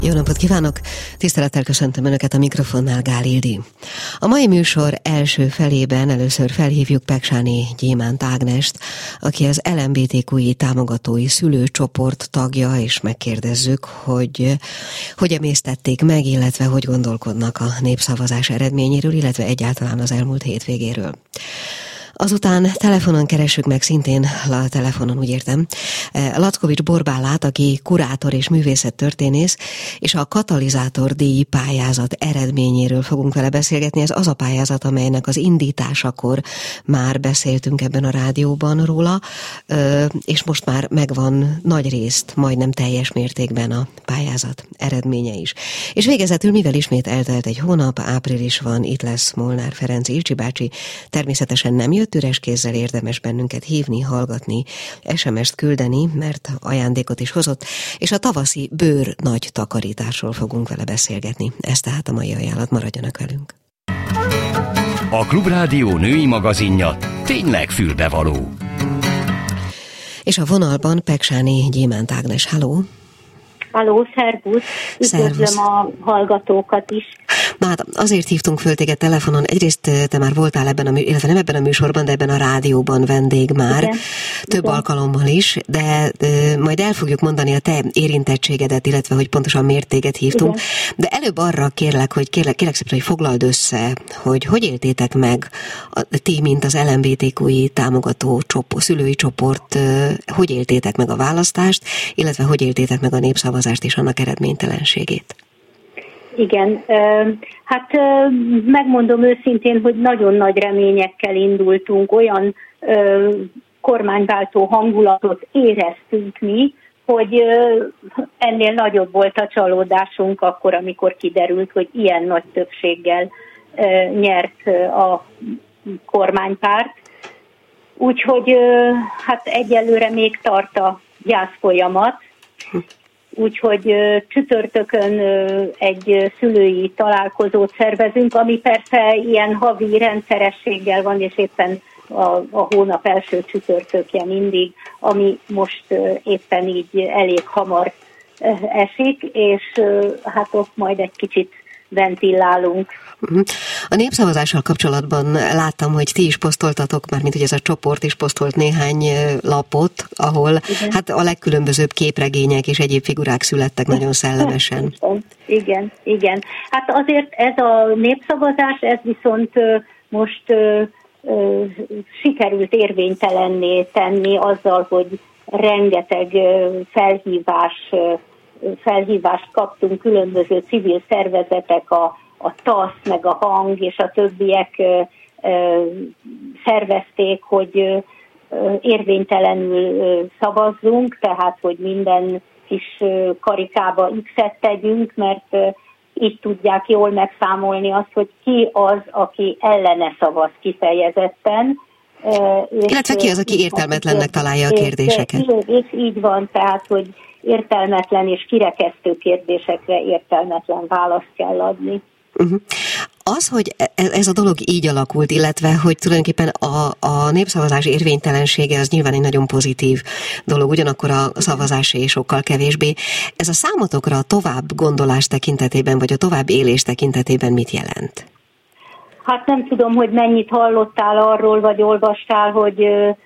Jó napot kívánok! Tisztelettel köszöntöm Önöket, a mikrofonnál Gál Ildi. A mai műsor első felében először felhívjuk Peksáni Gyémánt Ágnest, aki az LMBTQI támogatói szülőcsoport tagja, és megkérdezzük, hogy emésztették meg, illetve hogy gondolkodnak a népszavazás eredményéről, illetve egyáltalán az elmúlt hétvégéről. Azután telefonon keressük meg, szintén telefonon, úgy értem, Lackovics Borbálát, aki kurátor és művészettörténész, és a katalizátor díj pályázat eredményéről fogunk vele beszélgetni. Ez az a pályázat, amelynek az indításakor már beszéltünk ebben a rádióban róla, és most már megvan nagy részt, majdnem teljes mértékben a pályázat eredménye is. És végezetül, mivel ismét eltelt egy hónap, április van, itt lesz Molnár Ferenc Ilcsi bácsi, természetesen nem jött üres kézzel, érdemes bennünket hívni, hallgatni, SMS-t küldeni, mert ajándékot is hozott, és a tavaszi bőr nagy takarításról fogunk vele beszélgetni. Ez tehát a mai ajánlat, maradjanak velünk. A Klubrádió női magazinja tényleg fülbevaló. És a vonalban Peksáni Gyémánt Ágnes. Halló! Halló, szervusz! Üdvözlöm a hallgatókat is. Na hát azért hívtunk föl téged telefonon, egyrészt te már voltál illetve nem ebben a műsorban, de ebben a rádióban vendég már, igen, több alkalommal is, de majd el fogjuk mondani a te érintettségedet, illetve hogy pontosan miért téged hívtunk, igen. De előbb arra kérlek szépen, hogy foglald össze, hogy éltétek meg ti, mint az LMBTQI támogató szülői csoport, hogy éltétek meg a választást, illetve hogy éltétek meg a népszavazást és annak eredménytelenségét. Igen, hát megmondom őszintén, hogy nagyon nagy reményekkel indultunk, olyan kormányváltó hangulatot éreztünk mi, hogy ennél nagyobb volt a csalódásunk akkor, amikor kiderült, hogy ilyen nagy többséggel nyert a kormánypárt. Úgyhogy hát egyelőre még tart a gyászfolyamat. Úgyhogy csütörtökön egy szülői találkozót szervezünk, ami persze ilyen havi rendszerességgel van, és éppen a hónap első csütörtökje mindig, ami most éppen így elég hamar esik, és hát ott majd egy kicsit ventilálunk. A népszavazással kapcsolatban láttam, hogy ti is posztoltatok, mármint hogy ez a csoport is posztolt néhány lapot, ahol igen. Hát a legkülönbözőbb képregények és egyéb figurák születtek nagyon szellemesen. Igen. Hát azért ez a népszavazás, ez viszont most sikerült érvénytelenné tenni azzal, hogy rengeteg felhívást kaptunk, különböző civil szervezetek, a TASZ, meg a HANG és a többiek szervezték, hogy érvénytelenül szavazzunk, tehát hogy minden kis karikába X-et tegyünk, mert így tudják jól megszámolni azt, hogy ki az, aki ellene szavaz kifejezetten. Illetve ki az, aki értelmetlennek találja a kérdéseket. És így van, tehát, hogy értelmetlen és kirekesztő kérdésekre értelmetlen választ kell adni. Az, hogy ez a dolog így alakult, illetve hogy tulajdonképpen a népszavazás érvénytelensége az nyilván egy nagyon pozitív dolog, ugyanakkor a szavazásé sokkal kevésbé. Ez a számotokra a tovább gondolás tekintetében, vagy a tovább élés tekintetében mit jelent? Hát nem tudom, hogy mennyit hallottál arról, vagy olvastál, hogy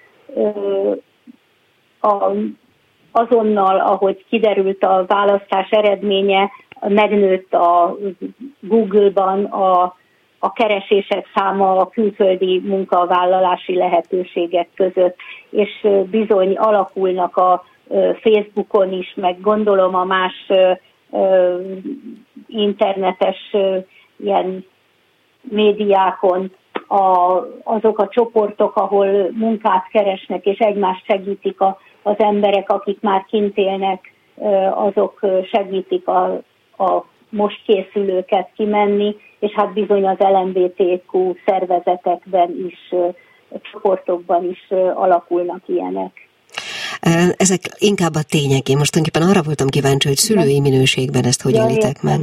azonnal, ahogy kiderült a választás eredménye, megnőtt a Google-ban a keresések száma a külföldi munkavállalási lehetőségek között, és bizony alakulnak a Facebookon is, meg gondolom a más internetes ilyen médiákon azok a csoportok, ahol munkát keresnek, és egymást segítik az emberek, akik már kint élnek, azok segítik a most készülőket kimenni, és hát bizony az LMBTQ szervezetekben is, csoportokban is alakulnak ilyenek. Ezek inkább a tények. Én most tulajdonképpen arra voltam kíváncsi, hogy szülői minőségben ezt hogy élitek meg?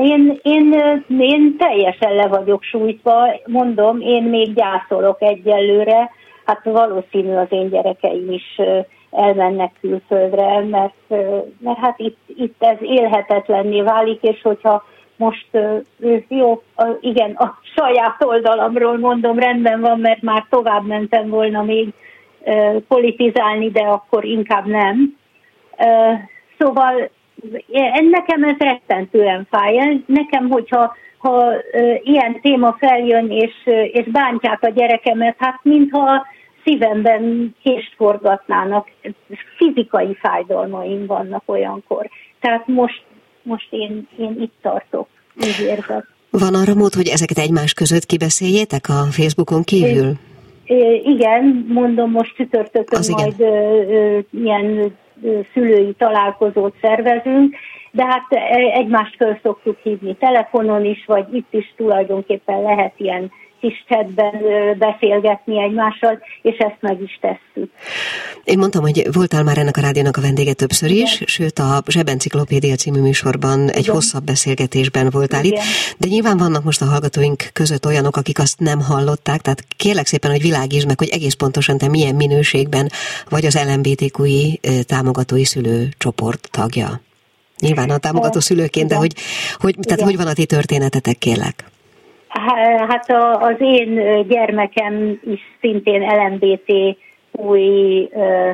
Én teljesen le vagyok sújtva, mondom, én még gyászolok egyelőre, hát valószínű az én gyerekeim is elmennek külföldre, mert hát itt ez élhetetlenné válik, és hogyha most jó, igen, a saját oldalamról mondom, rendben van, mert már tovább mentem volna még politizálni, de akkor inkább nem. Szóval nekem ez rettentően fáj. Nekem, hogyha ilyen téma feljön, és bántják a gyerekemet, hát mintha szívemben kést forgatnának. Fizikai fájdalmaim vannak olyankor. Tehát most én itt tartok, úgy érzem. Van arra mód, hogy ezeket egymás között kibeszéljétek a Facebookon kívül? Igen, mondom, most csütörtökön majd ilyen szülői találkozót szervezünk, de hát egymást föl szoktuk hívni telefonon is, vagy itt is tulajdonképpen lehet ilyen kis chatben beszélgetni egymással, és ezt meg is tesszük. Én mondtam, hogy voltál már ennek a rádiónak a vendége többször is, igen. Sőt a Zsebenciklopédia című műsorban egy igen. hosszabb beszélgetésben voltál igen. itt, de nyilván vannak most a hallgatóink között olyanok, akik azt nem hallották, tehát kérlek szépen, hogy világítsd meg, hogy egész pontosan te milyen minőségben vagy az LMBTQI támogatói szülőcsoport tagja. Nyilván a támogató szülőként, de hogy van a ti történetetek, kérlek? Hát az én gyermekem is szintén LMBTQI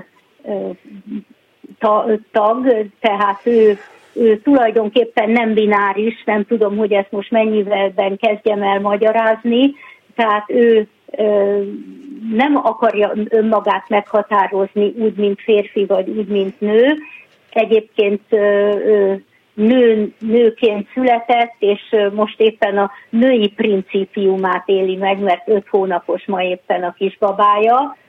tag, tehát ő tulajdonképpen nem bináris, nem tudom, hogy ezt most mennyivelben kezdjem el magyarázni, tehát ő nem akarja önmagát meghatározni úgy, mint férfi, vagy úgy, mint nő. Egyébként nőként született, és most éppen a női principiumát éli meg, mert 5 hónapos ma éppen a kisbabája.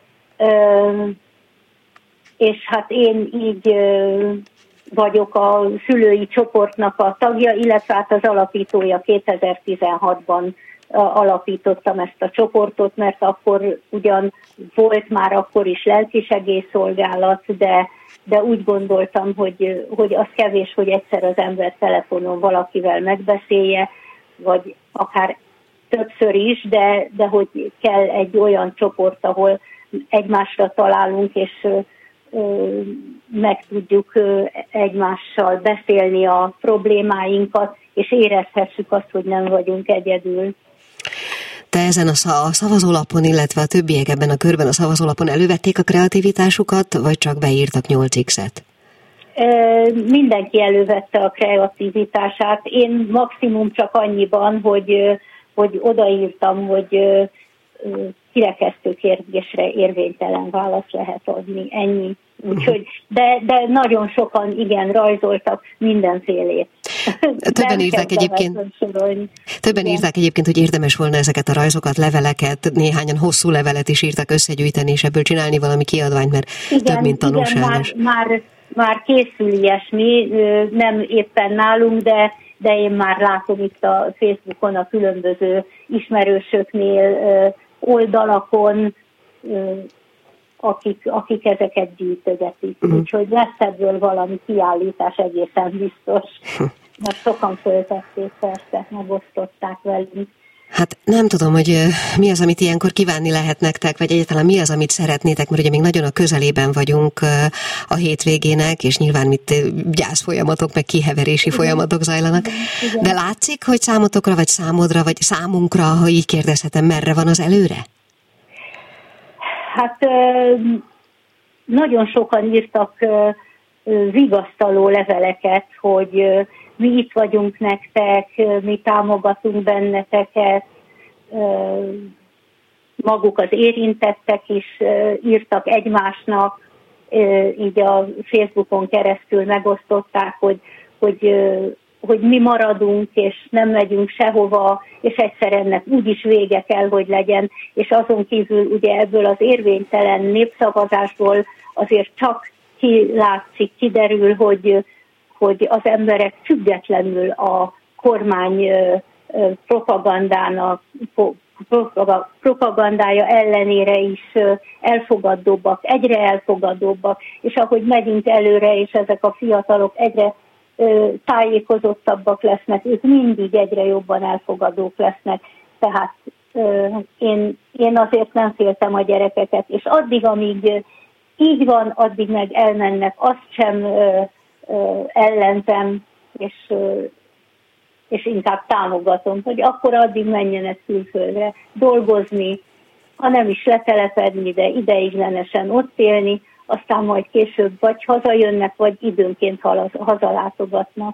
És hát én így vagyok a szülői csoportnak a tagja, illetve hát az alapítója. 2016-ban alapítottam ezt a csoportot, mert akkor ugyan volt már akkor is lelkisegélyszolgálat, de úgy gondoltam, hogy az kevés, hogy egyszer az ember telefonon valakivel megbeszélje, vagy akár többször is, de hogy kell egy olyan csoport, ahol egymásra találunk, és meg tudjuk egymással beszélni a problémáinkat, és érezhessük azt, hogy nem vagyunk egyedül. Te ezen a szavazólapon, illetve a többiek ebben a körben a szavazólapon elővették a kreativitásukat, vagy csak beírtak 8X-et? Mindenki elővette a kreativitását. Én maximum csak annyiban, hogy odaírtam, hogy kirekesztő kérdésre érvénytelen választ lehet adni. Ennyi. Úgyhogy, de nagyon sokan igen rajzoltak mindenfélét. Többen írták egyébként, hogy érdemes volna ezeket a rajzokat, leveleket, néhányan hosszú levelet is írtak összegyűjteni, és ebből csinálni valami kiadványt, mert igen, több, mint tanulságos. Igen, már készül ilyesmi, nem éppen nálunk, de én már látom itt a Facebookon a különböző ismerősöknél, oldalakon, akik ezeket gyűjtögetik. Úgyhogy lesz ebből valami kiállítás, egészen biztos. Mert sokan föltették, persze, megosztották velünk. Hát nem tudom, hogy mi az, amit ilyenkor kívánni lehet nektek, vagy egyáltalán mi az, amit szeretnétek, mert ugye még nagyon a közelében vagyunk a hétvégének, és nyilván itt gyászfolyamatok, meg kiheverési folyamatok zajlanak. Igen. De látszik, hogy számotokra, vagy számodra, vagy számunkra, ha így kérdezhetem, merre van az előre? Hát nagyon sokan írtak vigasztaló leveleket, hogy mi itt vagyunk nektek, mi támogatunk benneteket, maguk az érintettek is írtak egymásnak, így a Facebookon keresztül megosztották, hogy mi maradunk, és nem megyünk sehova, és egyszer ennek úgyis vége kell, hogy legyen, és azon kívül ugye ebből az érvénytelen népszavazásból azért csak kiderül, hogy az emberek függetlenül a kormány propagandája ellenére is elfogadóbbak, egyre elfogadóbbak, és ahogy megyünk előre, és ezek a fiatalok egyre tájékozottabbak lesznek, ők mindig egyre jobban elfogadók lesznek, tehát én azért nem féltem a gyerekeket, és addig, amíg így van, addig meg elmennek, azt sem ellenzem, és inkább támogatom, hogy akkor addig menjenek külföldre dolgozni, ha nem is letelepedni, de ideiglenesen ott élni, aztán majd később vagy hazajönnek, vagy időnként hazalátogatnak.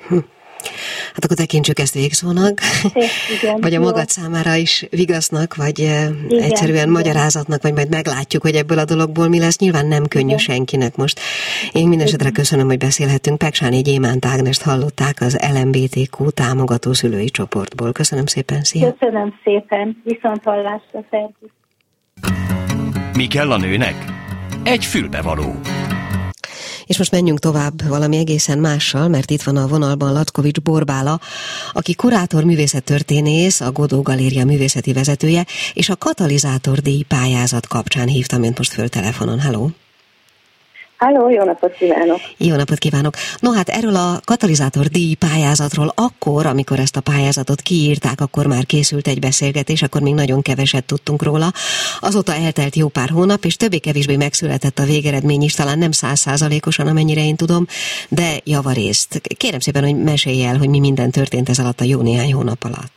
Hát akkor tekintsük ezt végszónak, igen, vagy a magad számára is vigasznak, vagy egyszerűen magyarázatnak, vagy majd meglátjuk, hogy ebből a dologból mi lesz. Nyilván nem könnyű senkinek most. Én mindenesetre köszönöm, hogy beszélhettünk. Peksáné Gyémánt Ágnest hallották az LMBTQ támogató szülői csoportból. Köszönöm szépen, szia! Köszönöm szépen, viszonthallásra, szervusz! Mi kell a nőnek? Egy fülbevaló. És most menjünk tovább valami egészen mással, mert itt van a vonalban Latkovics Borbála, aki kurátor, művészettörténész, a Godó Galéria művészeti vezetője, és a Katalizátor díj pályázat kapcsán hívtam önt most föl telefonon. Halló! Halló, jó napot kívánok! Jó napot kívánok! No hát erről a Katalizátor díj pályázatról akkor, amikor ezt a pályázatot kiírták, akkor már készült egy beszélgetés, akkor még nagyon keveset tudtunk róla. Azóta eltelt jó pár hónap, és többé-kevésbé megszületett a végeredmény is, talán nem 100%-osan, amennyire én tudom, de javarészt. Kérem szépen, hogy mesélj el, hogy mi minden történt ez alatt a jó néhány hónap alatt.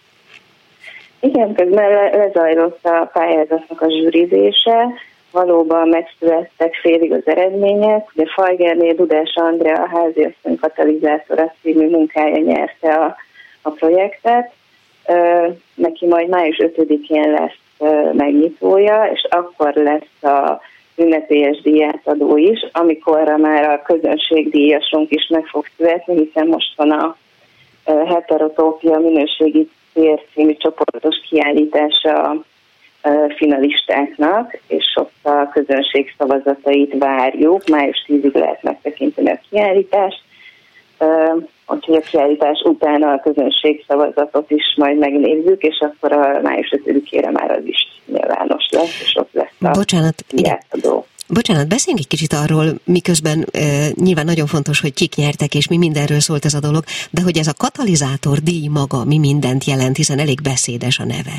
Igen, közben lezajlott a pályázatnak a zsűrizése, valóban megszülettek félig az eredmények. Ugye Fajgerné Dudás Andrea a Háziasszony Katalizátora című munkája nyerte a projektet. Neki majd május 5-én lesz megnyitója, és akkor lesz a ünnepélyes díjátadó is, amikorra már a közönségdíjasunk is meg fog születni, hiszen most van a Heterotópia minőségi tér című csoportos kiállítása finalistáknak, és ott a közönség szavazatait várjuk. Május 10-ig lehet megtekinteni a kiállítást, úgyhogy a kiállítás utána a közönség szavazatot is majd megnézzük, és akkor a május 5-ére már az is nyilvános lesz, és ott lesz a díjátadó. Bocsánat, beszéljünk egy kicsit arról, miközben nyilván nagyon fontos, hogy kik nyertek, és mi mindenről szólt ez a dolog, de hogy ez a Katalizátor díj maga mi mindent jelent, hiszen elég beszédes a neve.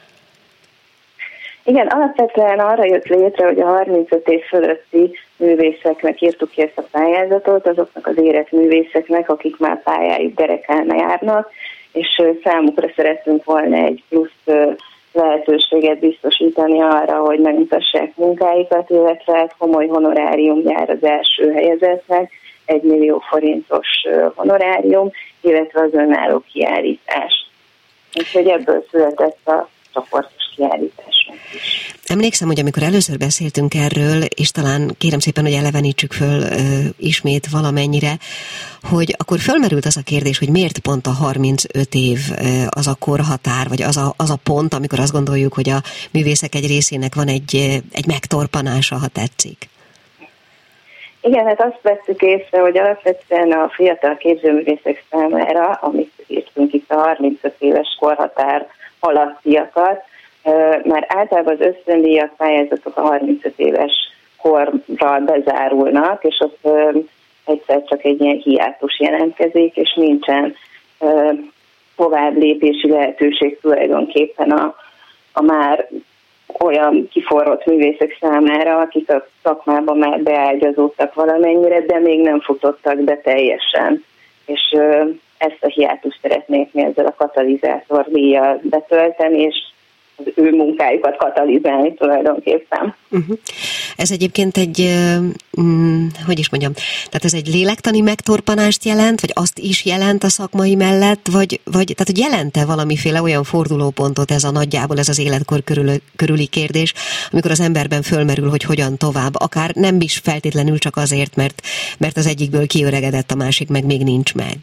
Igen, alapvetően arra jött létre, hogy a 35 év fölötti művészeknek írtuk ki ezt a pályázatot, azoknak az érett művészeknek, akik már pályájuk derekán járnak, és számukra szerettünk volna egy plusz lehetőséget biztosítani arra, hogy megmutassák munkáikat, illetve komoly honorárium jár az első helyezettnek, 1 millió forintos honorárium, illetve az önálló kiállítás. Úgyhogy ebből született a csoportos kiállításunk is. Emlékszem, hogy amikor először beszéltünk erről, és talán kérem szépen, hogy elevenítsük föl ismét valamennyire, hogy akkor fölmerült az a kérdés, hogy miért pont a 35 év az a korhatár, vagy az a pont, amikor azt gondoljuk, hogy a művészek egy részének van egy megtorpanása, ha tetszik. Igen, hát azt vettük észre, hogy alapvetően a fiatal képzőművészek számára, amit írtunk itt a 35 éves korhatár alattiakat, már általában az ösztöndíjak pályázatok a 35 éves korra bezárulnak, és ott egyszer csak egy ilyen hiátus jelentkezik, és nincsen tovább lépési lehetőség tulajdonképpen a már olyan kiforrott művészek számára, akik a szakmában már beágyazódtak valamennyire, de még nem futottak be teljesen. És ezt a hiátust szeretnék mi ezzel a katalizátor díjjal betölteni, és az ő munkájukat katalizálni tulajdonképpen. Ez egyébként egy, hogy is mondjam, tehát ez egy lélektani megtorpanást jelent, vagy azt is jelent a szakmai mellett, vagy tehát hogy jelent-e valamiféle olyan fordulópontot ez a nagyjából ez az életkor körüli kérdés, amikor az emberben fölmerül, hogy hogyan tovább, akár nem is feltétlenül csak azért, mert az egyikből kiöregedett, a másik meg még nincs meg.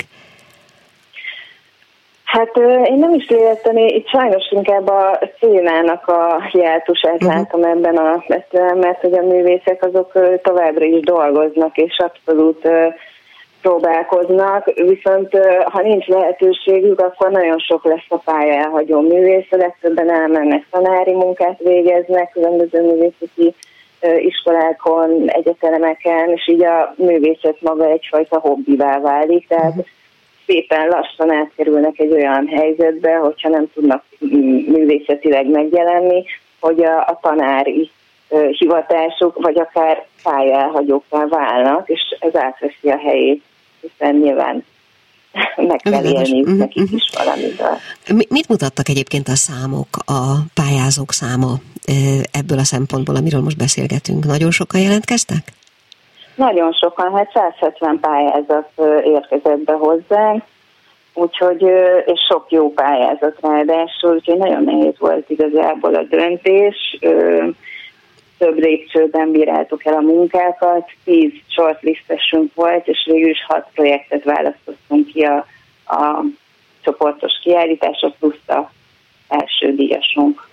Hát én nem is lélektani, itt sajnos inkább a szénának a hiátusát látom ebben a beszélben, mert hogy a művészek azok továbbra is dolgoznak, és abszolút próbálkoznak, viszont ha nincs lehetőségük, akkor nagyon sok lesz a pálya elhagyó művész, legtöbben elmennek tanári munkát végeznek, különböző művészeti iskolákon, egyetemeken, és így a művészet maga egyfajta hobbivá válik, tehát szépen lassan átkerülnek egy olyan helyzetbe, hogyha nem tudnak művészetileg megjelenni, hogy a tanári hivatásuk, vagy akár pályelhagyókká válnak, és ez átveszi a helyét, hiszen nyilván meg kell élniük nekik is valamiből. Mit mutattak egyébként a számok, a pályázók száma ebből a szempontból, amiről most beszélgetünk? Nagyon sokan jelentkeztek? Nagyon sokan, hát 170 pályázat érkezett be hozzánk, úgyhogy, és sok jó pályázat ráadásul, úgyhogy nagyon nehéz volt igazából a döntés. Több lépcsőben bíráltuk el a munkákat, 10 shortlistesünk volt, és végül is 6 projektet választottunk ki a csoportos kiállítások, plusz a első díjasunk.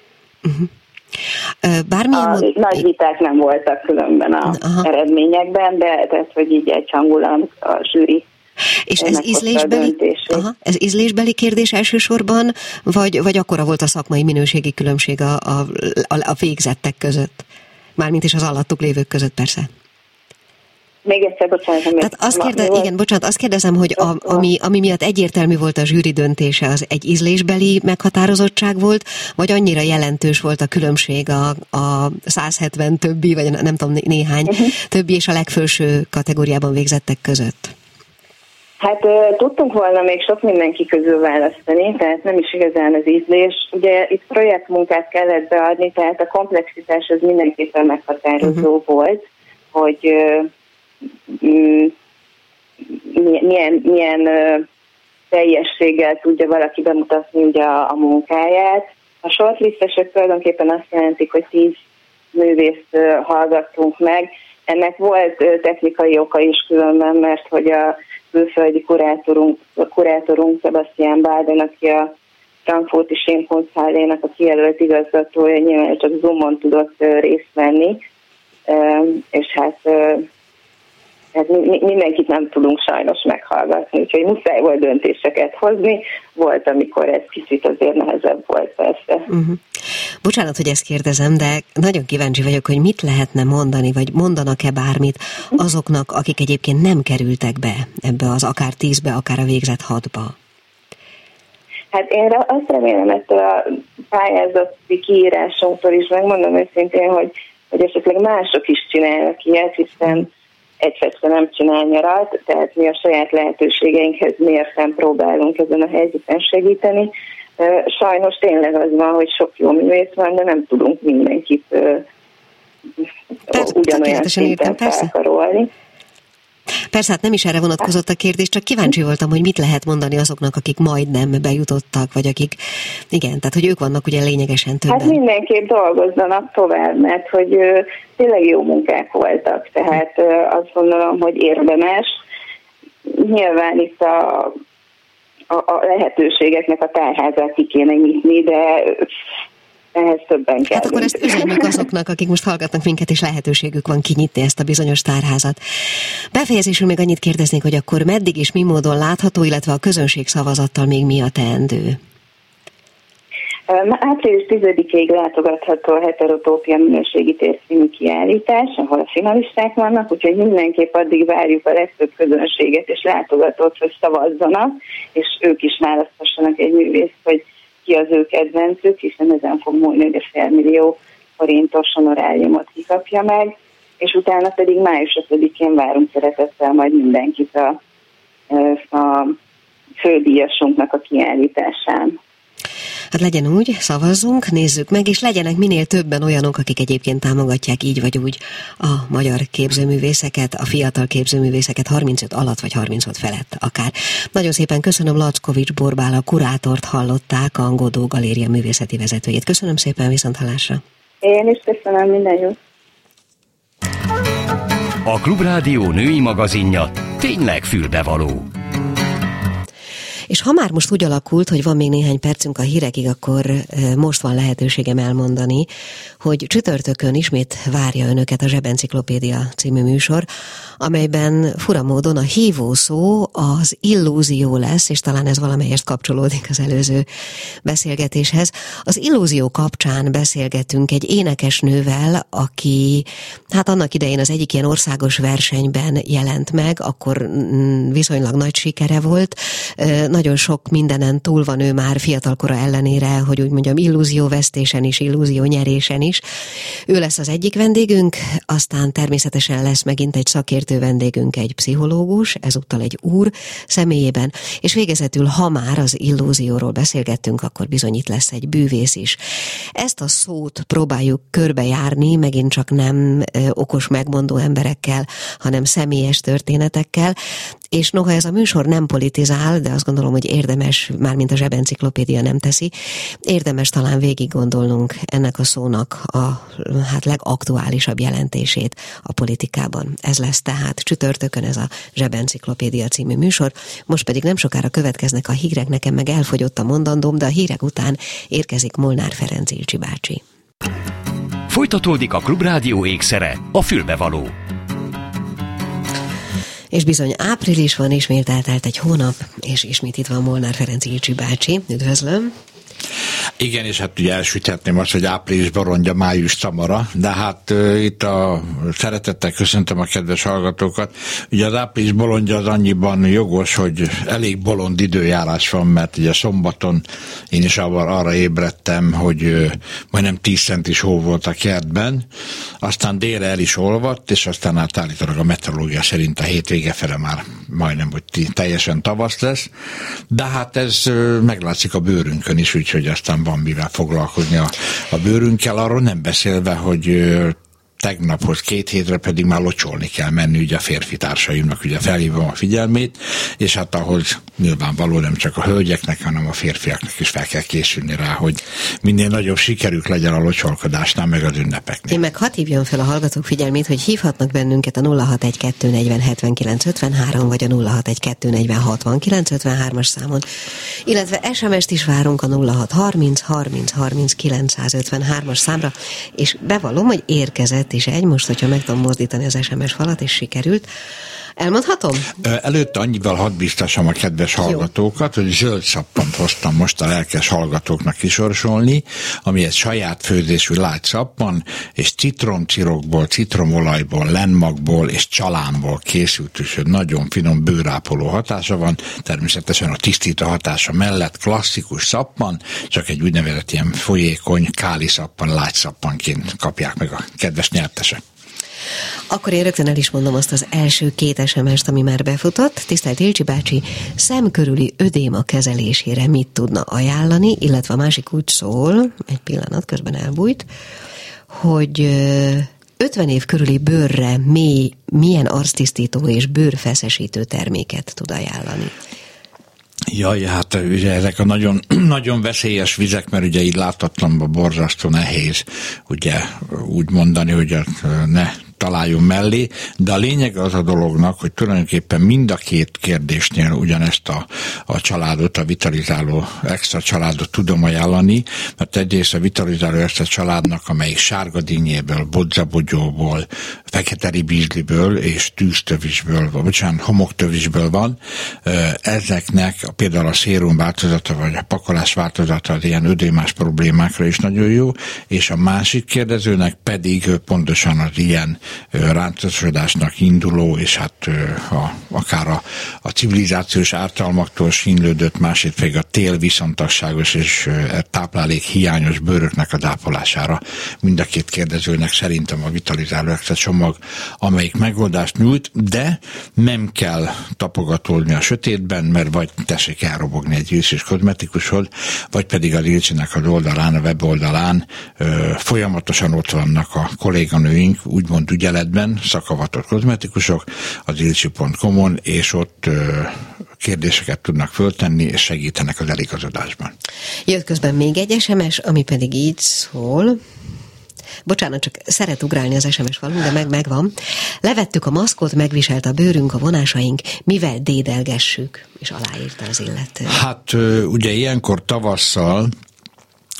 Nagy viták nem voltak különben az eredményekben, de tehát, hogy így egyhangulan a zsűri. És ez ízlésbeli kérdés elsősorban, vagy akkora volt a szakmai minőségi különbség a végzettek között? Mármint is az alattuk lévők között, persze. Még egyszer, bocsánat. Tehát azt kérdezem, hogy ami miatt egyértelmű volt a zsűri döntése, az egy ízlésbeli meghatározottság volt, vagy annyira jelentős volt a különbség a 170 többi, vagy nem tudom, néhány többi és a legfelső kategóriában végzettek között? Hát tudtunk volna még sok mindenki közül választani, tehát nem is igazán az ízlés. Ugye itt projektmunkát kellett beadni, tehát a komplexitás az mindenképpen meghatározó volt, hogy milyen teljességgel tudja valaki bemutatni ugye a munkáját. A shortlistesek tulajdonképpen azt jelentik, hogy 10 művészt hallgattunk meg. Ennek volt technikai oka is különben, mert hogy a külföldi kurátorunk Sebastian Baden, aki a Frankfurti Filmkunsthallének a kijelölt igazgatója, nyilván csak Zoomon tudott részt venni, és hát mindenkit nem tudunk sajnos meghallgatni, úgyhogy muszáj volt döntéseket hozni, volt, amikor ez kicsit azért nehezebb volt persze. Bocsánat, hogy ezt kérdezem, de nagyon kíváncsi vagyok, hogy mit lehetne mondani, vagy mondanak-e bármit azoknak, akik egyébként nem kerültek be ebbe az akár 10-be, akár a végzett 6-ba. Hát én azt remélem ettől a pályázati kiírásunktól is, megmondom őszintén, hogy esetleg mások is csinálnak ilyet, hiszen egy fecske nem csinál nyarat, tehát mi a saját lehetőségeinkhez mérten próbálunk ezen a helyzeten segíteni. Sajnos tényleg az van, hogy sok jó művész van, de nem tudunk mindenkit ugyanolyan szinten felkarolni. Persze, hát nem is erre vonatkozott a kérdés, csak kíváncsi voltam, hogy mit lehet mondani azoknak, akik majdnem bejutottak, vagy akik, igen, tehát hogy ők vannak ugye lényegesen többen. Hát mindenképp dolgozzanak tovább, mert hogy tényleg jó munkák voltak, tehát azt gondolom, hogy érdemes. Nyilván itt a lehetőségeknek a tárházát ki kéne nyitni, de ehhez többen kell. Hát akkor ezt üzenjük azoknak, akik most hallgatnak minket, és lehetőségük van kinyitni ezt a bizonyos tárházat. Befejezésül még annyit kérdeznék, hogy akkor meddig és mi módon látható, illetve a közönség szavazattal még mi a teendő? Április 10-ig látogatható a Heterotópia minőségi tércímű kiállítás, ahol a finalisták vannak, úgyhogy mindenképp addig várjuk a legtöbb közönséget és látogatót, hogy szavazzanak, és ők is választhassanak egy művészt, hogy ki az ő kedvencük, hiszen ezen fog múlni, hogy a 500 000 forintos honoráriumot kikapja meg, és utána pedig május 5-én várunk szeretettel majd mindenkit a fődíjasunknak a kiállításán. Hát legyen úgy, szavazzunk, nézzük meg, és legyenek minél többen olyanok, akik egyébként támogatják így vagy úgy a magyar képzőművészeket, a fiatal képzőművészeket 35 alatt vagy 35 felett akár. Nagyon szépen köszönöm, Lackovics Borbála kurátort hallották, a Godó Galéria művészeti vezetőjét. Köszönöm szépen, viszonthallásra. Én is köszönöm, minden jót. A Klubrádió női magazinja tényleg fülbevaló. És ha már most úgy alakult, hogy van még néhány percünk a hírekig, akkor most van lehetőségem elmondani, hogy csütörtökön ismét várja önöket a Zsebenciklopédia című műsor, amelyben fura módon a hívószó az illúzió lesz, és talán ez valamelyest kapcsolódik az előző beszélgetéshez. Az illúzió kapcsán beszélgetünk egy énekesnővel, aki hát annak idején az egyik ilyen országos versenyben jelent meg, akkor viszonylag nagy sikere volt, nagyon sok mindenen túl van ő már fiatalkora ellenére, hogy úgy mondjam, illúzióvesztésen is, illúziónyerésen is. Ő lesz az egyik vendégünk, aztán természetesen lesz megint egy szakértő vendégünk, egy pszichológus, ezúttal egy úr személyében, és végezetül, ha már az illúzióról beszélgettünk, akkor bizony itt lesz egy bűvész is. Ezt a szót próbáljuk körbejárni, megint csak nem okos megmondó emberekkel, hanem személyes történetekkel, és noha ez a műsor nem politizál, de azt gondolom, hogy érdemes, mármint a Zsebenciklopédia nem teszi, érdemes talán végig gondolnunk ennek a szónak a legaktuálisabb jelentését a politikában. Ez lesz tehát csütörtökön ez a Zsebenciklopédia című műsor, most pedig nem sokára következnek a hírek, nekem meg elfogyott a mondandóm, de a hírek után érkezik Molnár Ferenc Ilcsi bácsi. Folytatódik a Klubrádió ékszere, a fülbevaló. És bizony április van, ismét eltelt egy hónap, és ismét itt van Molnár Ferenc Ilcsi bácsi. Üdvözlöm! Igen, és hát ugye elsüthetném azt, hogy április barongya, május camara, de hát itt szeretettel köszöntöm a kedves hallgatókat. Ugye az április bolondja az annyiban jogos, hogy elég bolond időjárás van, mert ugye szombaton én is arra ébredtem, hogy majdnem 10 centis hó volt a kertben, aztán délre el is olvadt, és aztán hát állítólag a meteorológia szerint a hétvége fele már majdnem, hogy teljesen tavasz lesz, de hát ez meglátszik a bőrünkön is, úgyhogy aztán van mivel foglalkozni a bőrünkkel, arról nem beszélve, hogy tegnaphoz 2 hétre pedig már locsolni kell menni, ugye a férfi társaimnak ugye felhívom a figyelmét, és hát ahhoz nyilvánvaló nem csak a hölgyeknek, hanem a férfiaknak is fel kell készülni rá, hogy minél nagyobb sikerük legyen a locsolkodásnál, meg az ünnepeknél. Én meg hadd hívjam fel a hallgatók figyelmét, hogy hívhatnak bennünket a 061-240-7953 vagy a 061-240-6953-as számon, illetve SMS-t is várunk a 0630-30-30-953-as számra, és bevallom, hogy érkezett is egy, most, hogyha meg tudom mozdítani az SMS falat, és sikerült. Elmondhatom? Előtte annyival hadd biztassam a kedves hallgatókat, hogy zöld szappant hoztam most a lelkes hallgatóknak kisorsolni, ami egy saját főzésű lágy szappan, és citromcirokból, citromolajból, lenmagból és csalánból készült, és nagyon finom bőrápoló hatása van, természetesen a tisztító hatása mellett klasszikus szappan, csak egy úgynevezett ilyen folyékony káli szappan, lágy szappanként kapják meg a kedves nyertesek. Akkor én rögtön el is mondom azt az első 2 SMS-t, ami már befutott. Tisztelt Ilcsi bácsi, szemkörüli ödéma kezelésére mit tudna ajánlani, illetve a másik úgy szól, egy pillanat, közben elbújt, hogy 50 év körüli bőrre milyen arctisztító és bőrfeszesítő terméket tud ajánlani. Jaj, hát ugye ezek a nagyon, nagyon veszélyes vizek, mert ugye így láthatatlanban borzasztó nehéz ugye úgy mondani, hogy ne találjon mellé, de a lényeg az a dolognak, hogy tulajdonképpen mind a 2 kérdésnél ugyanezt a családot, a vitalizáló extra családot tudom ajánlani, mert egyrészt a vitalizáló extra családnak, amelyik sárgadínyéből, bodzabogyóból, fekete ribizliből és tűztövisből, homoktövisből van, ezeknek például a szérum változata, vagy a pakolás változata az ilyen ödémás problémákra is nagyon jó, és a másik kérdezőnek pedig pontosan az ilyen ráncosodásnak induló, és hát akár a civilizációs ártalmaktól sínlődött, másrészt pedig a tél viszontagságos és táplálék hiányos bőröknek a dápolására. Mind a 2 kérdezőnek szerintem a vitalizáló extra csomag, amelyik megoldást nyújt, de nem kell tapogatódni a sötétben, mert vagy tessék elrobogni egy őszés kozmetikushoz, vagy pedig az Ilcsinek az oldalán, a weboldalán folyamatosan ott vannak a kolléganőink, úgymond ügyeletben, szakavatott kozmetikusok az ilcsi.com-on, és ott kérdéseket tudnak föltenni, és segítenek az eligazodásban. Jött közben még egy SMS, ami pedig így szól. Bocsánat, csak szeret ugrálni az SMS falunk, de megvan. Levettük a maszkot, megviselt a bőrünk, a vonásaink, mivel dédelgessük, és aláírta az illető. Hát ugye ilyenkor tavasszal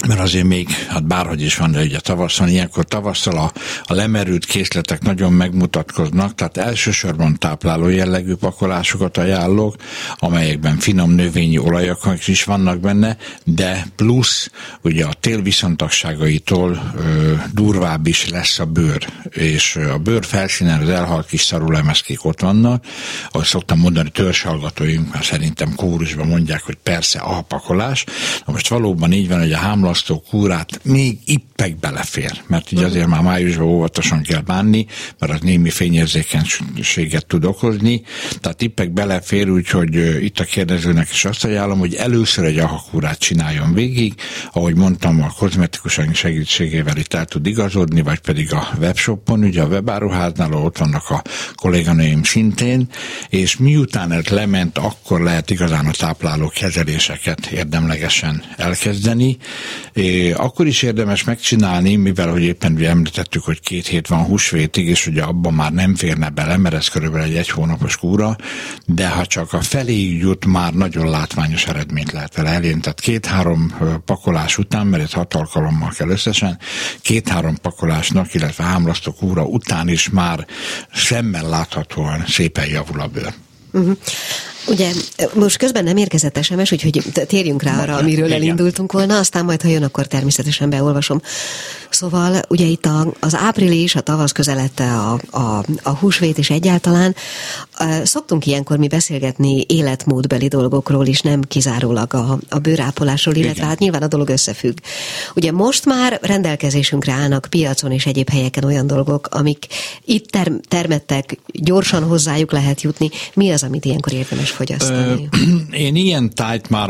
mert azért még, hát bárhogy is van, de ugye tavasszal, ilyenkor tavasszal a lemerült készletek nagyon megmutatkoznak, tehát elsősorban tápláló jellegű pakolásokat ajánlok, amelyekben finom növényi olajak is vannak benne, de plusz ugye a tél viszontagságaitól durvább is lesz a bőr, és a bőr felszínen az elhalt kis szarulemezkék ott vannak, ahogy szoktam mondani, törzshallgatóink már szerintem kórusban mondják, hogy persze a pakolás. Na most valóban így van, hogy a hámlasztó kúrát még ippek belefér, mert így azért már májusban óvatosan kell bánni, mert az némi fényérzékenységet tud okozni, tehát ippek belefér, úgyhogy itt a kérdezőnek is azt ajánlom, hogy először egy ahakúrát csináljon végig, ahogy mondtam, a kozmetikus segítségével itt el tud igazodni, vagy pedig a webshopon, ugye a webáruháznál, ott vannak a kolléganőim szintén, és miután ez lement, akkor lehet igazán a tápláló kezeléseket érdemlegesen elkezdeni. Akkor is érdemes megcsinálni, mivel hogy éppen ugye említettük, hogy 2 hét van húsvétig, és ugye abban már nem férne bele, mert ez körülbelül egy hónapos kúra, de ha csak a feléig jut, már nagyon látványos eredményt lehet vele elérni. Tehát 2-3 pakolás után, mert ez 6 alkalommal kell összesen, 2-3 pakolásnak, illetve hámlasztó kúra után is már szemmel láthatóan szépen javul a bőr. Ugye most közben nem érkezett SMS, úgyhogy térjünk rá arra, amiről elindultunk volna, aztán majd, ha jön, akkor természetesen beolvasom. Szóval ugye itt az április, a tavasz közelette, a húsvét és egyáltalán szoktunk ilyenkor mi beszélgetni életmódbeli dolgokról is, nem kizárólag a bőrápolásról, illetve hát nyilván a dolog összefügg. Ugye most már rendelkezésünkre állnak piacon és egyéb helyeken olyan dolgok, amik itt termettek, gyorsan hozzájuk lehet jutni. Mi az, amit ilyenkor érdemes fogyasztani? Én ilyen tájt már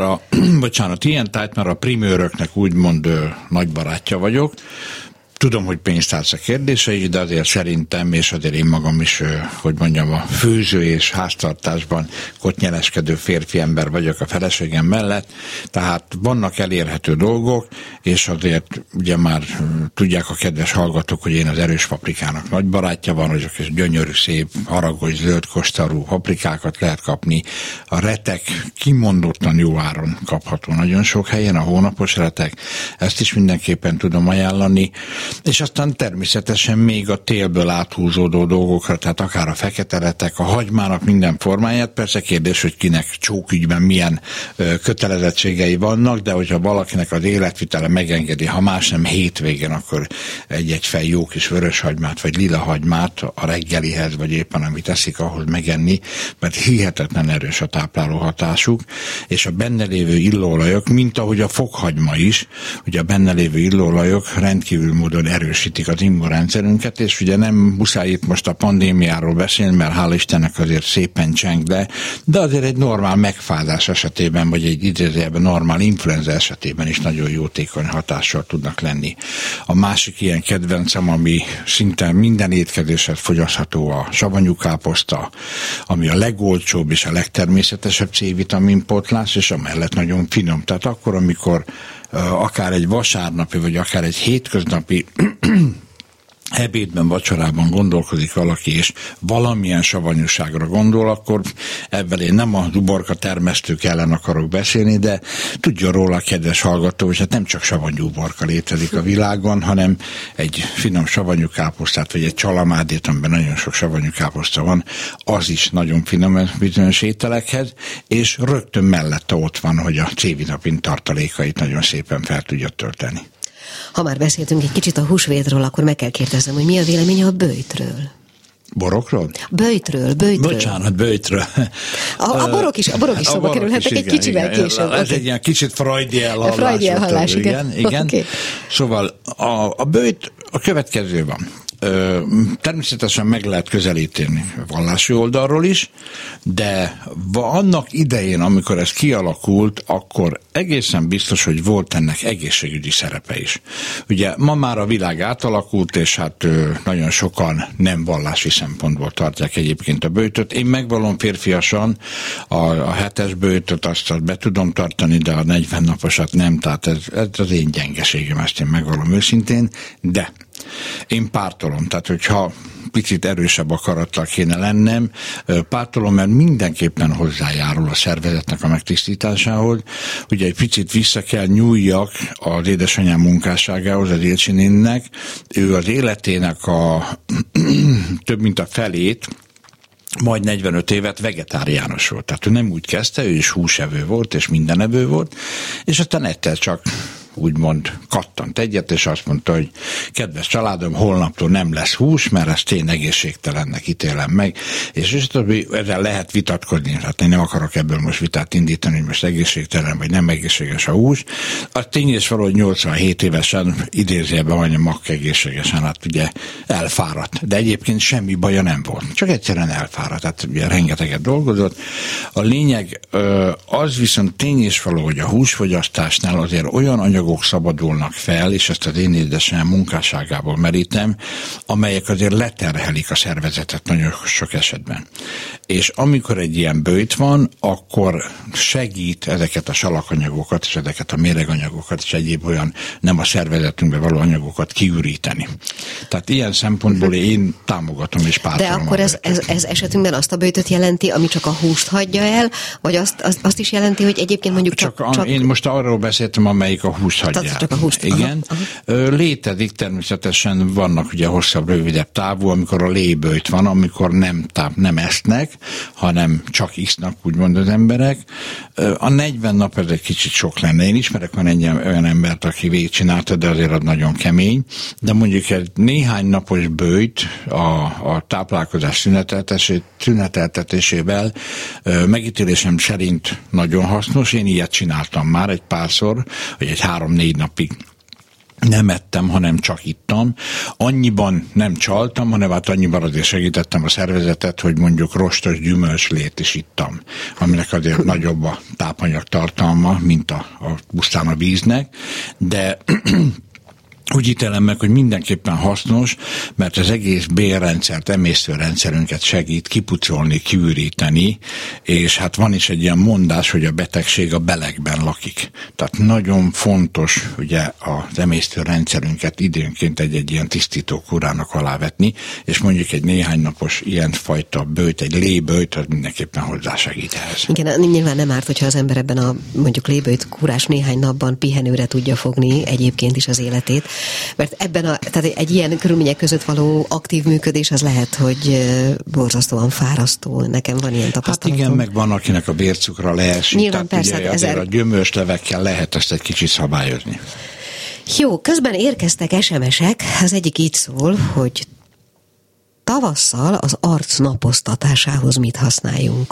a primőröknek úgymond nagy barátja vagyok. Tudom, hogy pénztárca kérdése is, de azért szerintem, és azért én magam is, hogy mondjam, a főző és háztartásban kotnyeleskedő férfi ember vagyok a feleségem mellett, tehát vannak elérhető dolgok, és azért ugye már tudják a kedves hallgatók, hogy én az erős paprikának nagy barátja van, hogy és gyönyörű, szép, haragos, zöld kostarú paprikákat lehet kapni. A retek kimondottan jó áron kapható nagyon sok helyen, a hónapos retek, ezt is mindenképpen tudom ajánlani. És aztán természetesen még a télből áthúzódó dolgokra, tehát akár a fekete retek, a hagymának minden formáját, persze kérdés, hogy kinek csókügyben milyen kötelezettségei vannak, de hogyha valakinek az életvitele megengedi, ha más nem hétvégén, akkor egy fej jó kis vörös hagymát, vagy lila hagymát a reggelihez, vagy éppen amit eszik, ahhoz megenni, mert hihetetlen erős a tápláló hatásuk, és a benne lévő illóolajok, mint ahogy a fokhagyma is, ugye a benne lévő illóolajok rendkívül módon erősítik az immunrendszerünket, és ugye nem muszáj itt most a pandémiáról beszélni, mert hál' Istennek azért szépen cseng le, de azért egy normál megfázás esetében, vagy egy idézőjelben normál influenza esetében is nagyon jótékony hatással tudnak lenni. A másik ilyen kedvencem, ami szinte minden étkezéshez fogyasztható, a savanyúkáposzta, ami a legolcsóbb és a legtermészetesebb C-vitamin pótlás, és amellett nagyon finom. Tehát akkor, amikor akár egy vasárnapi, vagy akár egy hétköznapi ebédben, vacsorában gondolkodik valaki, és valamilyen savanyúságra gondol, akkor ebben én nem a uborka termesztők ellen akarok beszélni, de tudja róla a kedves hallgató, hogy hát nem csak savanyú uborka létezik a világon, hanem egy finom savanyú káposztát, vagy egy csalamádét, amiben nagyon sok savanyú káposzta van, az is nagyon finom bizonyos ételekhez, és rögtön mellette ott van, hogy a C-vitamin tartalékait nagyon szépen fel tudja tölteni. Ha már beszéltünk egy kicsit a húsvétről, akkor meg kell kérdeznem, hogy mi a véleménye a böjtről? Borokról? Böjtről. Bocsánat, böjtről. A borok is szóba kerülhetnek egy kicsivel később. Ez egy ilyen kicsit freudi elhallás. Igen. Okay. Szóval a böjt a következő van. Természetesen meg lehet közelíteni vallási oldalról is, de annak idején, amikor ez kialakult, akkor egészen biztos, hogy volt ennek egészségügyi szerepe is. Ugye ma már a világ átalakult, és hát nagyon sokan nem vallási szempontból tartják egyébként a böjtöt. Én megvallom férfiasan, a 7-es böjtöt azt be tudom tartani, de a 40 naposat nem, tehát ez az én gyengeségem, ezt én megvallom őszintén, de Én pártolom, tehát hogyha picit erősebb akarattal kéne lennem, pártolom, mert mindenképpen hozzájárul a szervezetnek a megtisztításához. Ugye egy picit vissza kell nyúljak az édesanyám munkásságához, az Ilcsi néninek. Ő az életének a több mint a felét, majd 45 évet vegetáriánus volt. Tehát ő nem úgy kezdte, ő is húsevő volt, és mindenevő volt, és aztán egyszer csak úgymond kattant egyet, és azt mondta, hogy kedves családom, holnaptól nem lesz hús, mert ezt én egészségtelennek ítélem meg, és ezzel lehet vitatkozni, hát én nem akarok ebből most vitát indítani, hogy most egészségtelen, vagy nem egészséges a hús. A tény és való, hogy 87 évesen idézőjelben vagy a makk egészségesen, hát ugye elfáradt, de egyébként semmi baja nem volt, csak egyszerűen elfáradt, tehát ugye rengeteget dolgozott. A lényeg az viszont tény és való, hogy a húsfogyasztásnál azért olyan anyagok szabadulnak fel, és ezt az én édesanyám munkásságából merítem, amelyek azért leterhelik a szervezetet nagyon sok esetben. És amikor egy ilyen böjt van, akkor segít ezeket a salakanyagokat, és ezeket a méreganyagokat, és egyéb olyan nem a szervezetünkbe való anyagokat kiüríteni. Tehát ilyen szempontból én támogatom és pártolom. De akkor ez esetünkben azt a böjtöt jelenti, ami csak a húst hagyja el, vagy azt is jelenti, hogy egyébként mondjuk csak... Én most arról beszéltem, amelyik a húst hagyja. Tehát csak a húst. Igen. Aha. Létezik természetesen, vannak ugye hosszabb, rövidebb távú, amikor a léböjt van, amikor nem esznek, hanem csak isznak, úgymond az emberek. A 40 nap ez egy kicsit sok lenne. Én ismerek olyan embert, aki végigcsinálta, de azért az nagyon kemény. De mondjuk egy néhány napos böjt a táplálkozás szüneteltetésével megítélésem szerint nagyon hasznos. Én ilyet csináltam már egy párszor, vagy egy 3-4 napig nem ettem, hanem csak ittam. Annyiban nem csaltam, hanem hát annyiban azért segítettem a szervezetet, hogy mondjuk rostos gyümölcslét is ittam, aminek azért nagyobb a tápanyag tartalma, mint a pusztán a víznek, de úgy ítélem meg, hogy mindenképpen hasznos, mert az egész bélrendszert, emésztőrendszerünket segít kipucolni, kiüríteni, és hát van is egy ilyen mondás, hogy a betegség a belegben lakik. Tehát nagyon fontos ugye az emésztőrendszerünket időnként egy ilyen tisztító kurának alávetni, és mondjuk egy néhány napos ilyenfajta böjt, egy léböjt, az mindenképpen hozzásegít ehhez. Igen, nyilván nem árt, hogyha az ember ebben a mondjuk léböjt kurás néhány napban pihenőre tudja fogni egyébként is az életét, mert tehát egy ilyen körülmények között való aktív működés az lehet, hogy borzasztóan fárasztó. Nekem van ilyen tapasztalatom. Hát igen, meg van, akinek a vércukra leesik. Nyilván persze. Ugye, azért a gyümölcslevekkel lehet ezt egy kicsit szabályozni. Jó, közben érkeztek SMS-ek, az egyik így szól, hogy tavasszal az arc napoztatásához mit használjunk?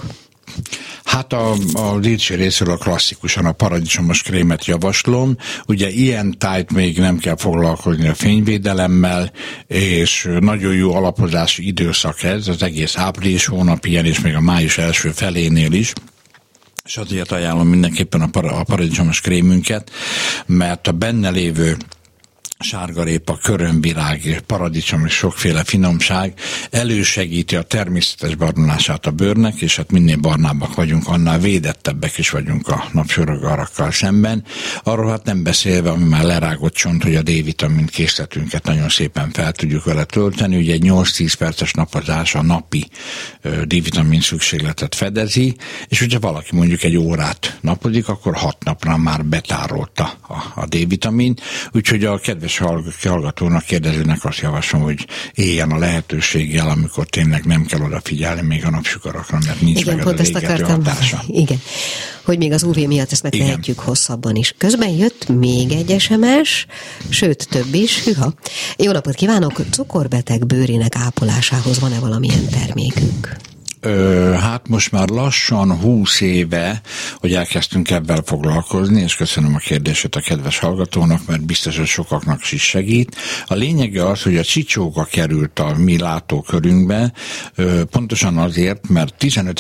Hát a Ilcsi részéről klasszikusan a paradicsomos krémet javaslom. Ugye ilyen tájt még nem kell foglalkozni a fényvédelemmel, és nagyon jó alapozási időszak ez, az egész április hónap ilyen, és még a május első felénél is. És azért ajánlom mindenképpen a paradicsomos krémünket, mert a benne lévő sárgarépa, körömvirág, paradicsom és sokféle finomság elősegíti a természetes barnulását a bőrnek, és hát minél barnábbak vagyunk, annál védettebbek is vagyunk a napsugarakkal szemben. Arról hát nem beszélve, ami már lerágott csont, hogy a D-vitamin készletünket nagyon szépen fel tudjuk vele tölteni. Ugye egy 8-10 perces napozás a napi D-vitamin szükségletet fedezi, és hogyha valaki mondjuk egy órát napozik, akkor 6 napra már betárolta a D-vitamin, úgyhogy a kedves hallgatónak, kérdezőnek azt javaslom, hogy éljen a lehetőséggel, amikor tényleg nem kell odafigyelni még a napsugarakra, mert nincs igen, meg az égető hatása. Igen, hogy még az UV miatt ezt megtehetjük hosszabban is. Közben jött még egy SMS, sőt több is, hűha. Jó napot kívánok, cukorbeteg bőrének ápolásához van-e valamilyen termékünk? Hát most már lassan 20 éve, hogy elkezdtünk ebben foglalkozni, és köszönöm a kérdését a kedves hallgatónak, mert biztos, hogy sokaknak is segít. A lényege az, hogy a csicsóka került a mi látókörünkbe, pontosan azért, mert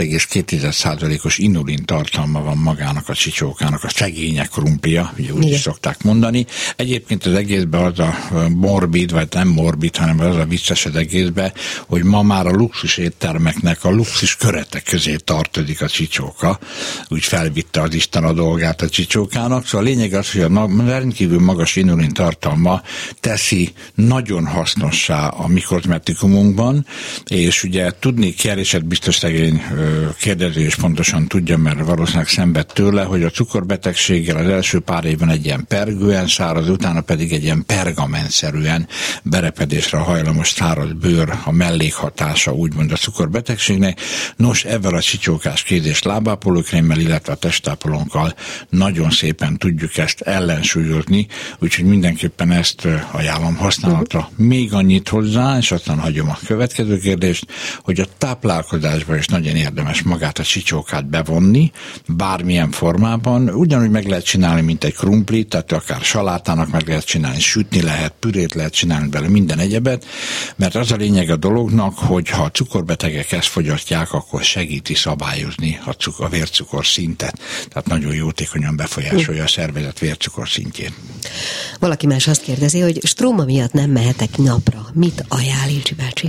15,2%-os inulin tartalma van magának a csicsókának, a szegények krumplia, ugye úgy is szokták mondani. Egyébként az egészben az a morbid, vagy nem morbid, hanem az a vicces az egészben, hogy ma már a luxus éttermeknek a luxus kis köretek közé tartozik a csicsóka, úgy felvitte az Isten a dolgát a csicsókának. Szóval a lényeg az, hogy a rendkívül magas inulin tartalma teszi nagyon hasznossá a mi kozmetikumunkban, és ugye tudni kell, és hát biztos szegény kérdező is pontosan tudja, mert valószínűleg szenved tőle, hogy a cukorbetegséggel az első pár évben egy ilyen pergően száraz, utána pedig egy ilyen pergamenszerűen berepedésre hajlamos száraz bőr a mellékhatása, úgymond a cukorbetegségnek. Nos, ezzel a csicsókás kéz- és lábápolókrémmel, illetve a testápolónkkal nagyon szépen tudjuk ezt ellensúlyozni, úgyhogy mindenképpen ezt ajánlom használatra. Még annyit hozzá, és aztán hagyom a következő kérdést, hogy a táplálkozásban is nagyon érdemes magát a csicsókát bevonni, bármilyen formában, ugyanúgy meg lehet csinálni, mint egy krumplit, tehát akár salátának meg lehet csinálni, sütni lehet, pürét lehet csinálni bele, minden egyebet, mert az a lényeg a dolognak, hogy ha a cukorbetegek ezt fogyasztják, akkor segíti szabályozni a vércukor szintet, tehát nagyon jótékonyan befolyásolja a szervezet vércukor szintjét. Valaki más azt kérdezi, hogy stróma miatt nem mehetek napra. Mit ajánl Ilcsi bácsi?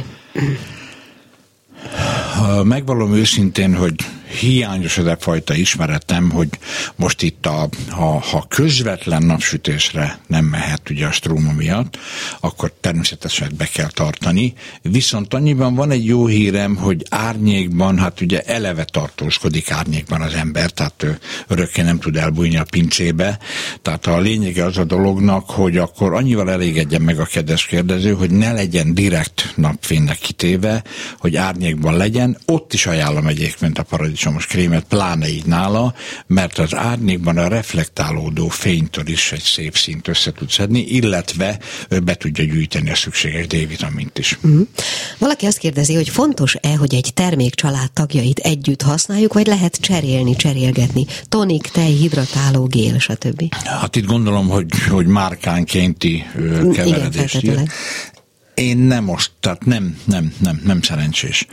Megvallom őszintén, hogy hiányos az a fajta ismeretem, hogy most itt ha közvetlen napsütésre nem mehet ugye a stróma miatt, akkor természetesen be kell tartani. Viszont annyiban van egy jó hírem, hogy árnyékban, hát ugye eleve tartózkodik árnyékban az ember, tehát örökké nem tud elbújni a pincébe. Tehát a lényege az a dolognak, hogy akkor annyival elégedjen meg a kedves kérdező, hogy ne legyen direkt napfénynek kitéve, hogy árnyékban legyen. Ott is ajánlom egyébként a paradicsomos krémet, pláne így nála, mert az árnyékban a reflektálódó fénytől is egy szép szint össze tud szedni, illetve be tudja gyűjteni a szükséges D-vitamint is. Valaki azt kérdezi, hogy fontos-e, hogy egy termék család tagjait együtt használjuk, vagy lehet cserélgetni? Tonik, tej, hidratáló, gél, stb. Hát itt gondolom, hogy márkánkénti keveredést. Igen, én nem most, tehát nem szerencsés.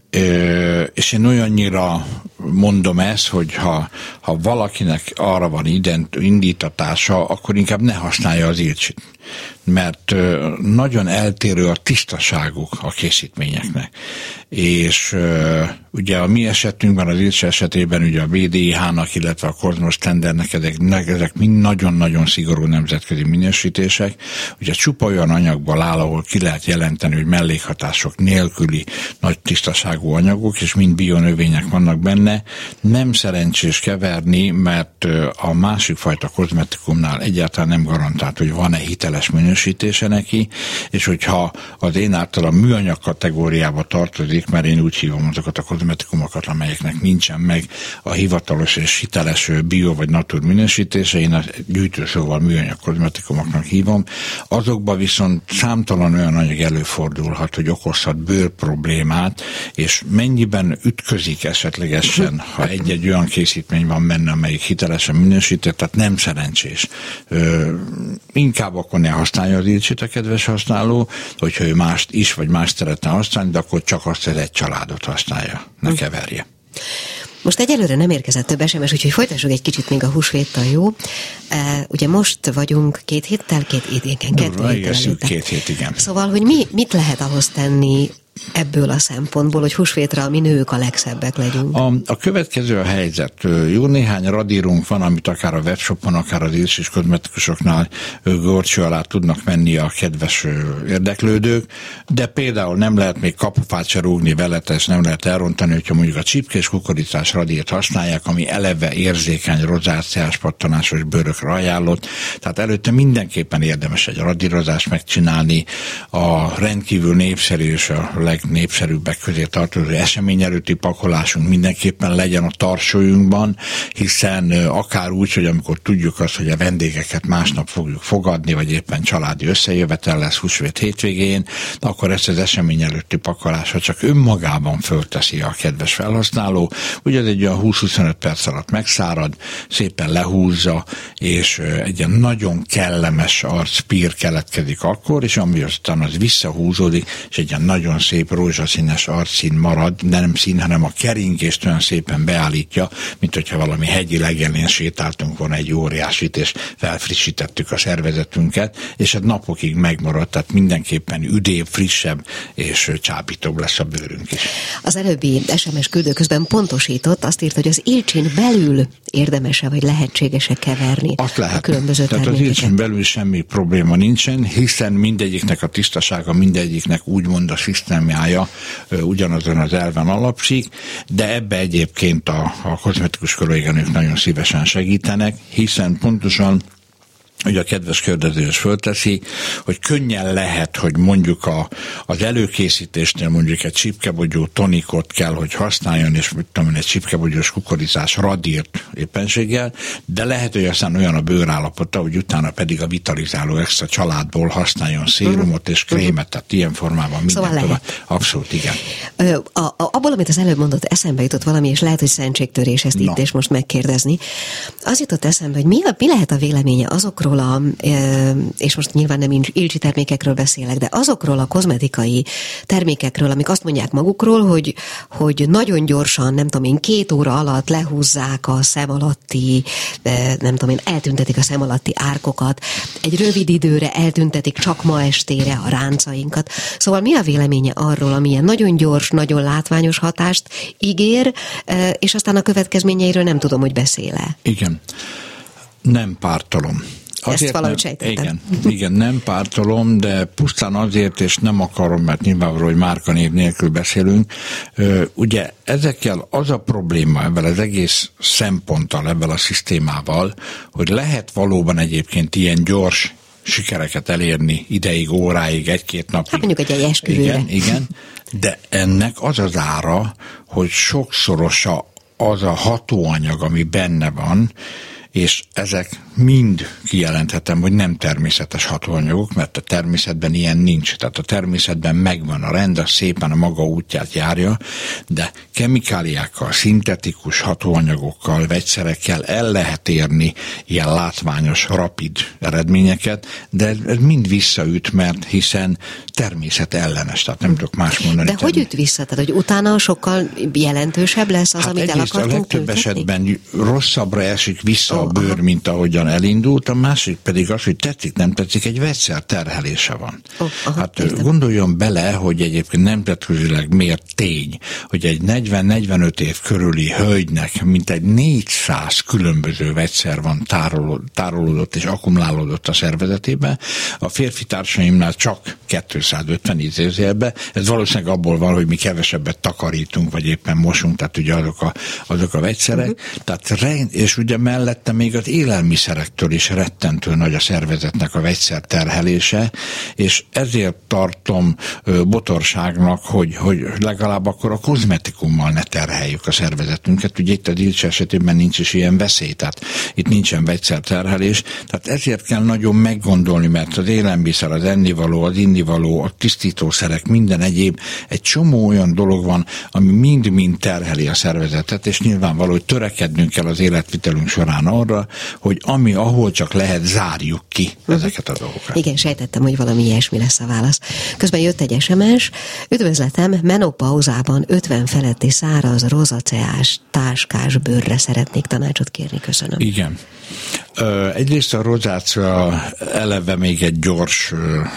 És én olyannyira mondom ezt, hogy ha valakinek arra van indítatása, akkor inkább ne használja az Ilcsit. Mert nagyon eltérő a tisztaságuk a készítményeknek. És ugye a mi esetünkben, az Ilcsi esetében ugye a BDIH-nak, illetve a Kozmos Tendernek ezek mind nagyon-nagyon szigorú nemzetközi minősítések. Ugye csupa olyan anyagból áll, ahol ki lehet jelenteni, hogy mellékhatások nélküli nagy tisztaságú anyagok, és mind bionövények vannak benne. Nem szerencsés keverni, mert a másik fajta kozmetikumnál egyáltalán nem garantált, hogy van-e hiteles minősítése neki, és hogyha az én általam műanyag kategóriába tartozik, mert én úgy hívom azokat a kozmetikumokat, amelyeknek nincsen meg a hivatalos és hiteles bio vagy natur minősítése, én a gyűjtőszóval műanyag kozmetikumoknak hívom, azokban viszont számtalan olyan anyag előfordulhat, hogy okozhat bőr problémát, és mennyiben ütközik esetlegesen, ha egy-egy olyan készítmény van benne, amelyik hitelesen minősített, tehát nem szerencsés. Inkább akkor ne használja az Ilcsit a kedves használó, hogyha ő mást is, vagy mást szeretne használni, de akkor csak azt az egy családot használja, ne keverje. Most egyelőre nem érkezett több SMS, úgyhogy folytassuk egy kicsit még a húsvéttal, jó? Ugye most vagyunk 2 héttel, 2 hét, igen. Szóval, hogy mit lehet ahhoz tenni ebből a szempontból, hogy húsvétra mi nők a legszebbek legyünk? A következő a helyzet. Jó néhány radírunk van, amit akár a webshopon, akár az Ilcsis kozmetikusoknál górcső alá tudnak menni a kedves érdeklődők, de például nem lehet még kapufát se rúgni vele, ezt nem lehet elrontani, hogyha mondjuk a csipkés kukoricás radírt használják, ami eleve érzékeny, rozáciás, pattanásos bőrökre ajánlott. Tehát előtte mindenképpen érdemes egy radírozást megcsinálni. A rendkívül népszerű és a legnépszerűbbek közé tartozó esemény előtti pakolásunk mindenképpen legyen a tarsójunkban, hiszen akár úgy, hogy amikor tudjuk azt, hogy a vendégeket másnap fogjuk fogadni, vagy éppen családi összejövetel lesz húsvét hétvégén, akkor ezt az esemény előtti pakolásra csak önmagában fölteszi a kedves felhasználó. Ugye ez egy olyan 20-25 perc alatt megszárad, szépen lehúzza, és egy ilyen nagyon kellemes arcpír keletkezik akkor, és ami aztán az visszahúzódik, és egy ilyen nagyon szép szép rózsaszínes arcszín marad, de nem szín, hanem a keringést olyan szépen beállítja, mint hogyha valami hegyi legelén sétáltunk volna egy óriásit, és felfrissítettük a szervezetünket, és ez napokig megmaradt, tehát mindenképpen üdébb, frissebb és csábítóbb lesz a bőrünk is. Az előbbi SMS küldő közben pontosított, azt írt, hogy az ilcsin belül érdemese vagy lehetséges-e keverni a különböző termékeket. Tehát az ilcsin belül semmi probléma nincsen, hiszen mindegyiknek a tisztasága, mindegyiknek úgymond a szisztémája ugyanazon az elven alapszik, de ebbe egyébként a kozmetikus kolléganők nagyon szívesen segítenek, hiszen pontosan hogy a kedves kérdező is fölteszi, hogy könnyen lehet, hogy mondjuk az előkészítésnél mondjuk egy csipkebogyó tonikot kell, hogy használjon, és mit tudom én, egy csipkebogyós kukoricás radírt éppenséggel, de lehet, hogy aztán olyan a bőrállapota, hogy utána pedig a vitalizáló extra családból használjon szérumot és krémet, tehát ilyen formában minden tovább. Abszolút, igen. Abból, amit az előbb mondott, eszembe jutott valami, és lehet, hogy szentségtörés ezt itt és most megkérdezni. Az jutott eszembe, hogy mi lehet a véleménye azokról, és most nyilván nem ilcsi termékekről beszélek, de azokról a kozmetikai termékekről, amik azt mondják magukról, hogy nagyon gyorsan, nem tudom én, 2 óra alatt lehúzzák a szem alatti, nem tudom én, eltüntetik a szem alatti árkokat, egy rövid időre eltüntetik csak ma estére a ráncainkat. Szóval mi a véleménye arról, amilyen nagyon gyors, nagyon látványos hatást ígér, és aztán a következményeiről nem tudom, hogy beszél-e. Igen. Nem pártolom. Ezt valahogy sejtettem. Igen, nem pártolom, de pusztán azért, és nem akarom, mert nyilvánvaló, hogy márkanév nélkül beszélünk. Ugye ezekkel az a probléma ebben az egész szemponttal, ebben a szisztémával, hogy lehet valóban egyébként ilyen gyors sikereket elérni ideig, óráig, 1-2 napig. Hát mondjuk egy esküvőre. Igen, de ennek az az ára, hogy sokszorosa az a hatóanyag, ami benne van, és ezek mind kijelenthetem, hogy nem természetes hatóanyagok, mert a természetben ilyen nincs. Tehát a természetben megvan a rend, az szépen a maga útját járja, de kemikáliákkal, szintetikus hatóanyagokkal, vegyszerekkel el lehet érni ilyen látványos, rapid eredményeket, de ez mind visszaüt, mert hiszen természet ellenes, tehát nem tudok más mondani. De hogy üt vissza? Tehát, hogy utána sokkal jelentősebb lesz az, amit el akartunk a legtöbb esetben rosszabbra esik vissza a bőr, mint ahogyan elindult, a másik pedig az, hogy tetszik, nem tetszik, egy vegyszer terhelése van. Gondoljon bele, hogy egyébként nemzetközileg miért tény, hogy egy 40-45 év körüli hölgynek mintegy 400 különböző vegyszer van tárolódott és akkumulálódott a szervezetében, a férfi társaimnál csak 250 idézőjelbe. Ez valószínűleg abból van, hogy mi kevesebbet takarítunk, vagy éppen mosunk, tehát ugye azok a vegyszerek. Tehát, és ugye mellette még az élelmiszerektől is rettentő nagy a szervezetnek a vegyszer terhelése, és ezért tartom botorságnak, hogy legalább akkor a kozmetikummal ne terheljük a szervezetünket. Ugye itt a ilcs esetében nincs is ilyen veszély, tehát itt nincsen vegyszer terhelés, tehát ezért kell nagyon meggondolni, mert az élelmiszer, az ennivaló, az innivaló, a tisztítószerek, minden egyéb, egy csomó olyan dolog van, ami mind-mind terheli a szervezetet, és nyilvánvaló, hogy törekednünk kell az életvitelünk során arra, hogy ahol csak lehet, zárjuk ki ezeket a dolgokat. Igen, sejtettem, hogy valami ilyesmi lesz a válasz. Közben jött egy SMS, üdvözletem, menopauzában 50 feletti száraz, rozaceás, táskás bőrre szeretnék tanácsot kérni, köszönöm. Igen. Egyrészt a rozácea eleve még egy gyors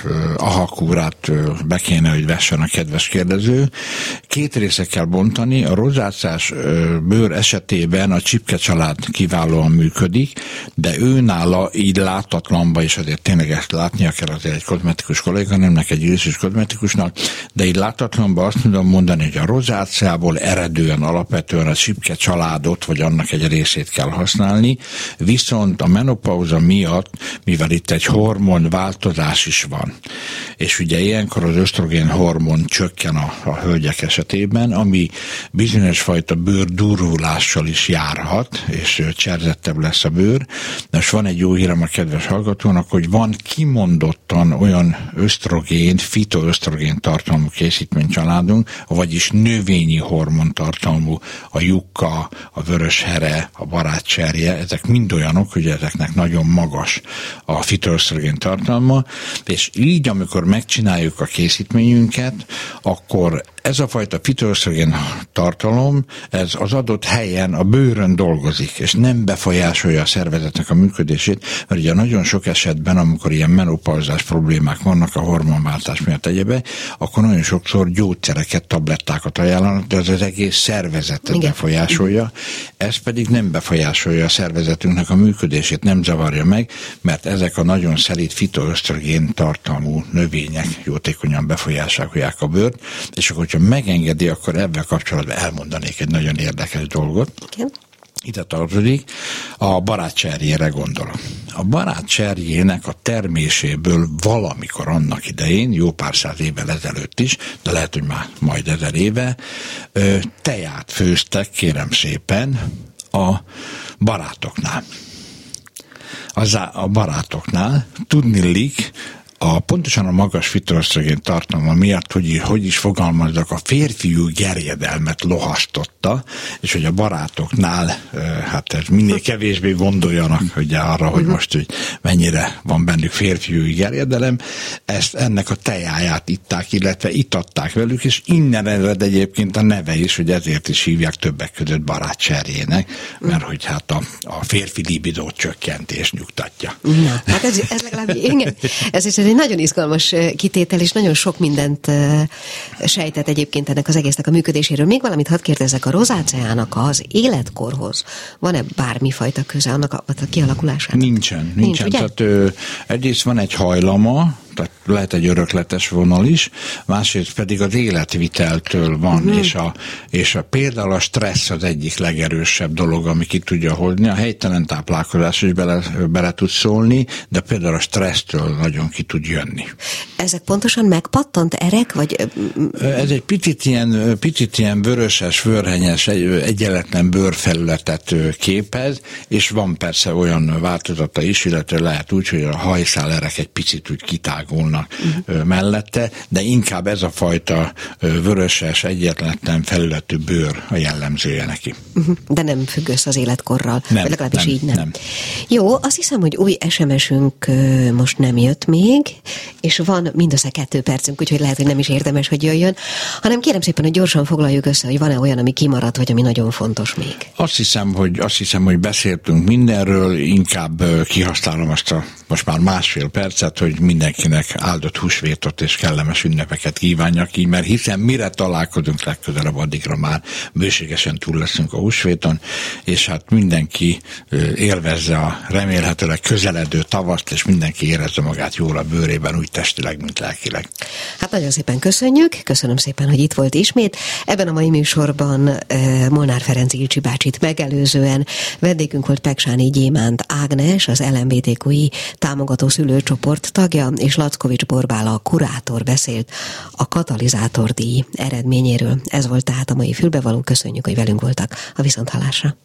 ahakúrát be kéne, hogy vessen a kedves kérdező. 2 részre kell bontani. A rozáceás bőr esetében a csipke család kiválóan működik, de ő nála így láthatatlanba, és azért tényleg ezt látnia kell azért egy kozmetikus kolléganőmnek, egy illicsus kozmetikusnak, de így láthatatlanba azt tudom mondani, hogy a rozáceából eredően alapvetően a csipke családot, vagy annak egy részét kell használni, viszont a menopauza miatt, mivel itt egy hormonváltozás is van, és ugye ilyenkor az ösztrogén hormon csökken a hölgyek esetében, ami bizonyos fajta bőrdurvulással is járhat, és cserzettebb lesz a bőr. Most van egy jó hírem a kedves hallgatónak, hogy van kimondottan olyan ösztrogén, fitoösztrogén tartalmú készítménycsaládunk, vagyis növényi hormon tartalmú, a jukka, a vöröshere, a barátcserje, ezek mind olyanok, ugye ezeknek nagyon magas a fitoösztrogén tartalma, és így, amikor megcsináljuk a készítményünket, akkor ez a fajta fitoösztrogén tartalom, ez az adott helyen a bőrön dolgozik, és nem befolyásolja a szervezetnek a működését, mert ugye nagyon sok esetben, amikor ilyen menopauzás problémák vannak a hormonváltás miatt egyebe, akkor nagyon sokszor gyógyszereket, tablettákat ajánlanak, de ez az egész szervezetet befolyásolja, ez pedig nem befolyásolja a szervezetünknek a működését, nem zavarja meg, mert ezek a nagyon szelíd fitoösztrogén tartalmú növények jótékonyan befolyásolják a bőrt, és akkor, hogyha megengedi, akkor ebben kapcsolatban elmondanék egy nagyon érdekes dolgot. Igen. Ide tartozik, a barátcserjére gondolok. A barátcserjének a terméséből valamikor annak idején, jó pár száz évvel ezelőtt is, de lehet, hogy már majd 1000 éve, teját főztek, kérem szépen, a barátoknál. A barátoknál tudniillik, pontosan a magas fitoösztrogén tartalma miatt, hogy is fogalmazzak, a férfiú gerjedelmet lohasztotta, és hogy a barátoknál, hát ez minél kevésbé gondoljanak ugye arra, hogy most hogy mennyire van bennük férfiúi gerjedelem, ennek a tejáját itták, illetve itatták velük, és innen ered egyébként a neve is, hogy ezért is hívják többek között barátcserjének, mert hogy hát a férfi libidót csökkenti és nyugtatja. Na, hát ez legalább, igen, ez is egy nagyon izgalmas kitétel, és nagyon sok mindent sejtett egyébként ennek az egésznek a működéséről. Még valamit hadd kérdezzek, a rozáceának az életkorhoz van-e bármifajta köze annak a kialakulásának? Nincsen. Tehát egyrészt van egy hajlama, tehát lehet egy örökletes vonal is, másrészt pedig az életviteltől van, és például a stressz az egyik legerősebb dolog, ami ki tudja hozni. A helytelen táplálkozás is bele tud szólni, de például a stressztől nagyon ki tud jönni. Ezek pontosan megpattant erek, vagy? Ez egy picit ilyen vöröses, vörhenyes, egyenletlen bőrfelületet képez, és van persze olyan változata is, illetve lehet úgy, hogy a hajszálerek egy picit úgy kitágulnak mellette, de inkább ez a fajta vöröses, egyenletlen felületű bőr a jellemzője neki. De nem függ össze az életkorral, nem, legalábbis így nem. Nem. Jó, azt hiszem, hogy új SMS-ünk most nem jött még, és van mindössze 2 percünk, úgyhogy lehet, hogy nem is érdemes, hogy jöjjön, hanem kérem szépen, hogy gyorsan foglaljuk össze, hogy van-e olyan, ami kimaradt, vagy ami nagyon fontos még. Azt hiszem, hogy beszéltünk mindenről, inkább kihasználom azt a most már 1,5 percet, hogy mindenkinek áldott húsvétot és kellemes ünnepeket kívánjak így, mert hiszen mire találkozunk legközelebb, addigra már bőségesen túl leszünk a húsvéton, és hát mindenki élvezze a remélhetőleg közeledő tavaszt, és mindenki érezze magát jól a bőrében, úgy testileg, mint lelkileg. Hát nagyon szépen köszönjük, köszönöm szépen, hogy itt volt ismét. Ebben a mai műsorban Molnár Ferenc Ilcsi bácsit megelőzően vendégünk volt Peksáni Gyémánt Ágnes, az LMBTQI támogató szülőcsoport tagja, és Lackovics Borbála, a kurátor beszélt a katalizátordíj eredményéről. Ez volt tehát a mai fülbevaló. Köszönjük, hogy velünk voltak. A viszonthallásra.